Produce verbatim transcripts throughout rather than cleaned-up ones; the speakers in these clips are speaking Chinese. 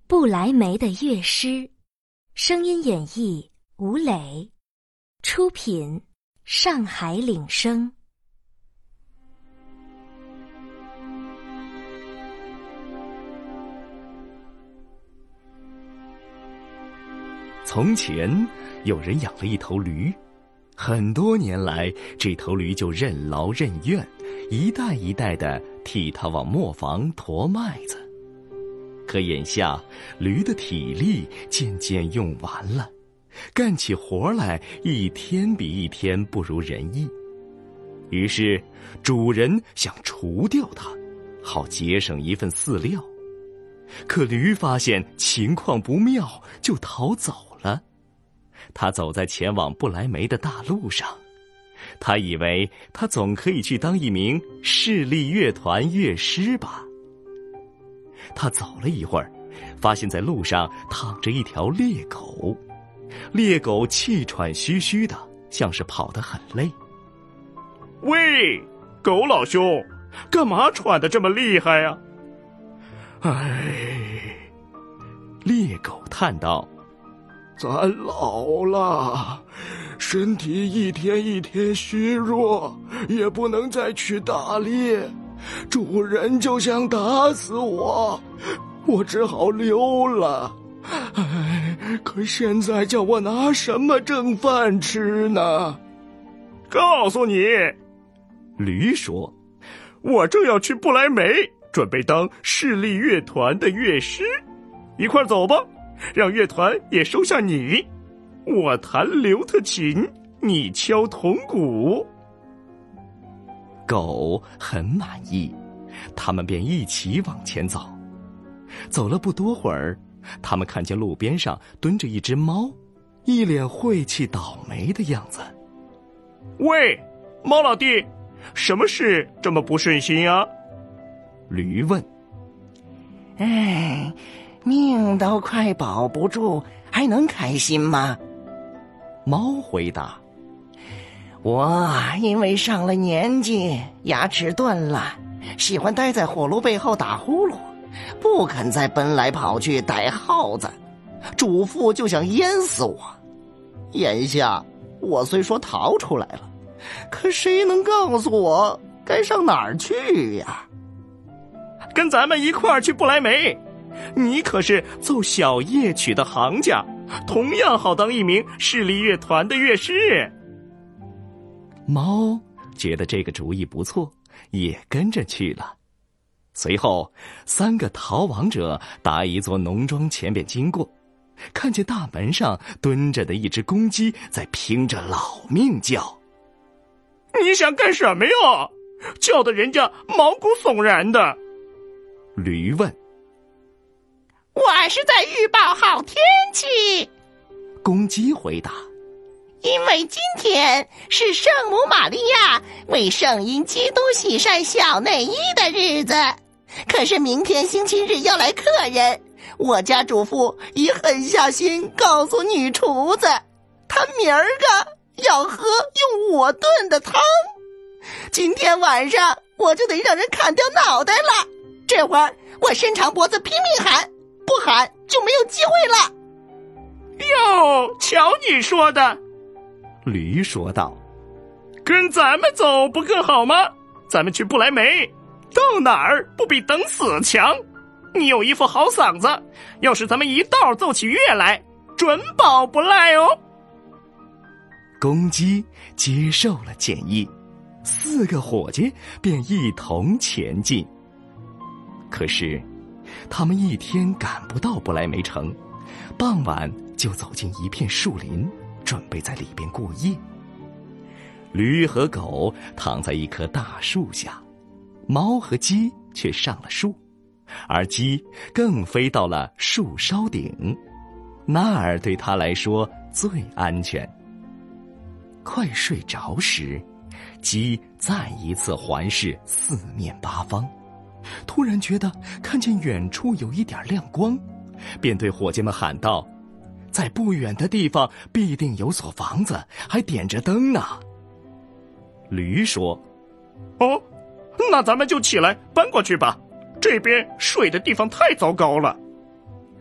不来梅的乐师，声音演绎吴磊，出品上海领声。 从前有人养了一头驴，很多年来这头驴就任劳任怨，一代一代地替他往磨坊驮麦子。可眼下驴的体力渐渐用完了，干起活来一天比一天不如人意。于是主人想除掉它，好节省一份饲料。可驴发现情况不妙，就逃走了。他走在前往不来梅的大路上，他以为他总可以去当一名市立乐团乐师吧。他走了一会儿，发现在路上躺着一条猎狗，猎狗气喘吁吁的，像是跑得很累。 喂，狗老兄，干嘛喘得这么厉害呀？ 唉，猎狗叹道： 咱老了，身体一天一天虚弱，也不能再去打猎，主人就想打死我，我只好溜了。唉，可现在叫我拿什么挣饭吃呢？ 告诉你， 驴说， 我正要去不来梅，准备当市立乐团的乐师，一块走吧，让乐团也收下你，我弹刘特琴，你敲铜鼓。 狗很满意，他们便一起往前走。走了不多会儿，他们看见路边上蹲着一只猫，一脸晦气倒霉的样子。 喂，猫老弟，什么事这么不顺心啊？ 驴问。 哎，命都快保不住，还能开心吗？ 猫回答。 我因为上了年纪，牙齿断了，喜欢待在火炉背后打呼噜，不肯再奔来跑去逮耗子，主妇就想淹死我。眼下我虽说逃出来了，可谁能告诉我该上哪儿去呀？ 跟咱们一块儿去不来梅，你可是奏小夜曲的行家，同样好当一名市立乐团的乐师。 猫觉得这个主意不错，也跟着去了。随后三个逃亡者打一座农庄前边经过，看见大门上蹲着的一只公鸡在拼着老命叫。 你想干什么呀？叫得人家毛骨悚然的。 驴问。 我是在预报好天气。 公鸡回答。 因为今天是圣母玛利亚为圣婴基督洗晒小内衣的日子，可是明天星期日要来客人，我家主妇已狠下心告诉女厨子，她明儿个要喝用我炖的汤。今天晚上我就得让人砍掉脑袋了，这会儿我伸长脖子拼命喊，不喊就没有机会了。 哟，瞧你说的， 驴说道。 跟咱们走不更好吗？咱们去不来梅，到哪儿不比等死强。你有一副好嗓子，要是咱们一道奏起乐来，准保不赖哦。 公鸡接受了建议，四个伙计便一同前进。可是他们一天赶不到不来梅城，傍晚就走进一片树林，准备在里边过夜。驴和狗躺在一棵大树下，猫和鸡却上了树，而鸡更飞到了树梢顶，那儿对它来说最安全。快睡着时，鸡再一次环视四面八方，突然觉得看见远处有一点亮光，便对伙计们喊道：在不远的地方必定有所房子，还点着灯呢。驴说： 哦，那咱们就起来搬过去吧，这边睡的地方太糟糕了。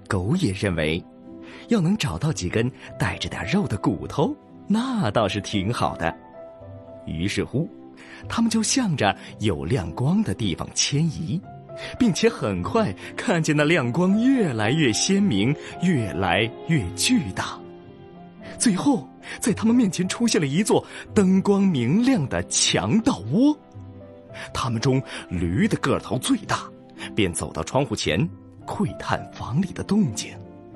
狗也认为，要能找到几根带着点肉的骨头，那倒是挺好的。于是乎，他们就向着有亮光的地方迁移，并且很快看见那亮光越来越鲜明，越来越巨大。最后，在他们面前出现了一座灯光明亮的强盗窝。他们中驴的个头最大，便走到窗户前窥探房里的动静。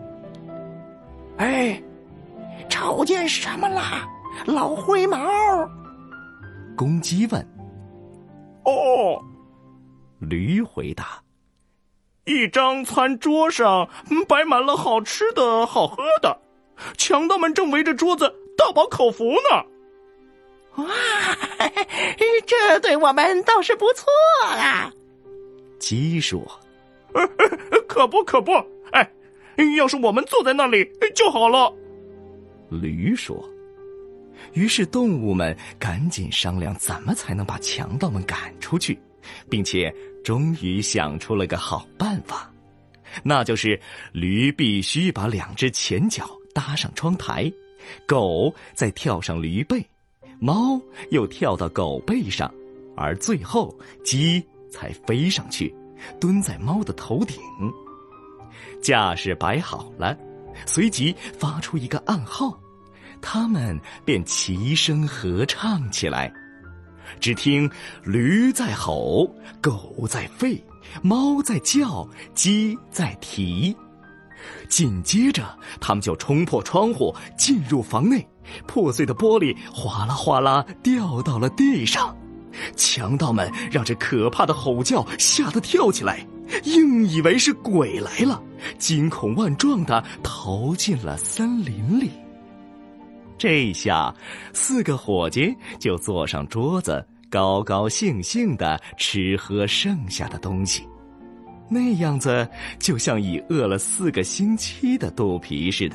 哎，瞅见什么啦，老灰毛？ 公鸡问。 哦， 驴回答。 一张餐桌上摆满了好吃的好喝的，强盗们正围着桌子大饱口福呢。 哇，这对我们倒是不错啦。 鸡说。 呃可不可不，哎，要是我们坐在那里就好了。 驴说。于是动物们赶紧商量怎么才能把强盗们赶出去，并且终于想出了个好办法，那就是驴必须把两只前脚搭上窗台，狗再跳上驴背，猫又跳到狗背上，而最后鸡才飞上去，蹲在猫的头顶。架势摆好了，随即发出一个暗号，他们便齐声合唱起来。只听驴在吼，狗在吠，猫在叫，鸡在啼。紧接着他们就冲破窗户进入房内，破碎的玻璃哗啦哗啦掉到了地上。强盗们让这可怕的吼叫吓得跳起来，硬以为是鬼来了，惊恐万状地逃进了森林里。这下四个伙计就坐上桌子，高高兴兴地吃喝剩下的东西，那样子就像已饿了四个星期的肚皮似的。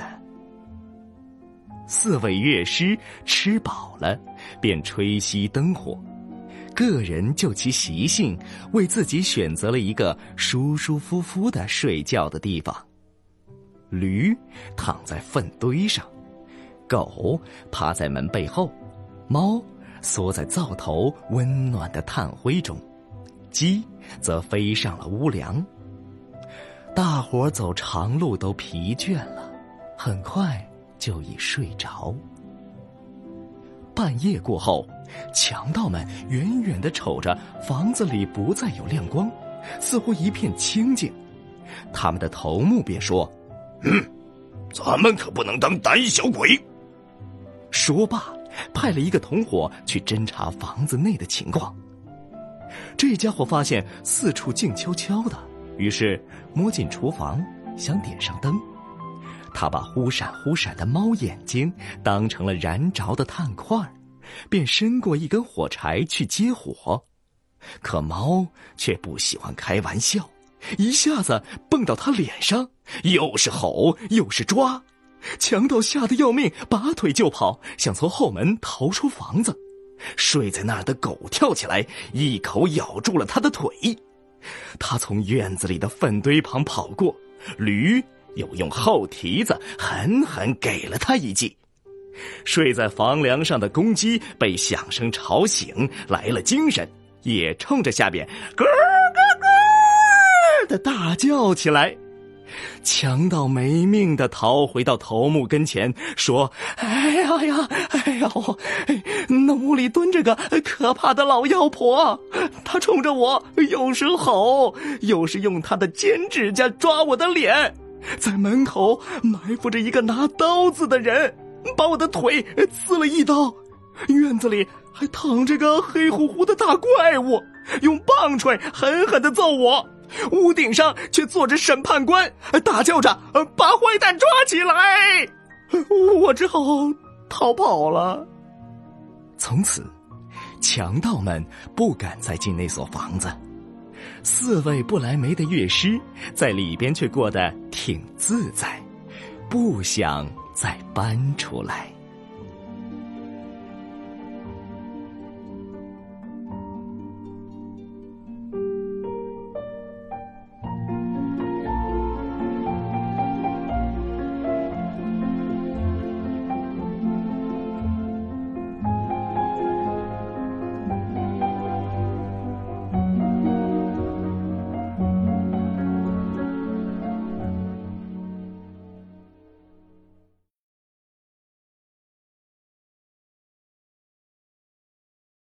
四位乐师吃饱了，便吹熄灯火，个人就其习性为自己选择了一个舒舒服服的睡觉的地方。驴躺在粪堆上，狗趴在门背后，猫缩在灶头温暖的炭灰中，鸡则飞上了屋梁。大伙走长路都疲倦了，很快就已睡着。半夜过后，强盗们远远地瞅着房子里不再有亮光，似乎一片清静。他们的头目便说： 嗯，咱们可不能当胆小鬼。 说罢，派了一个同伙去侦查房子内的情况。这家伙发现四处静悄悄的，于是摸进厨房，想点上灯。他把忽闪忽闪的猫眼睛当成了燃着的炭块，便伸过一根火柴去接火。可猫却不喜欢开玩笑，一下子蹦到他脸上，又是吼又是抓。强盗吓得要命，拔腿就跑，想从后门逃出房子。睡在那儿的狗跳起来，一口咬住了他的腿。他从院子里的粪堆旁跑过，驴又用后蹄子狠狠给了他一记。睡在房梁上的公鸡被响声吵醒，来了精神，也冲着下边咯咯咯的大叫起来。强盗没命地逃回到头目跟前，说：哎呀呀，哎呀，那屋里蹲着个可怕的老妖婆，她冲着我又是吼，又是用她的尖指甲抓我的脸，在门口埋伏着一个拿刀子的人，把我的腿刺了一刀。院子里还躺着个黑乎乎的大怪物，用棒槌狠狠地揍我。屋顶上却坐着审判官，大叫着把坏蛋抓起来。我只好逃跑了。从此强盗们不敢再进那所房子，四位不来梅的乐师在里边却过得挺自在，不想再搬出来。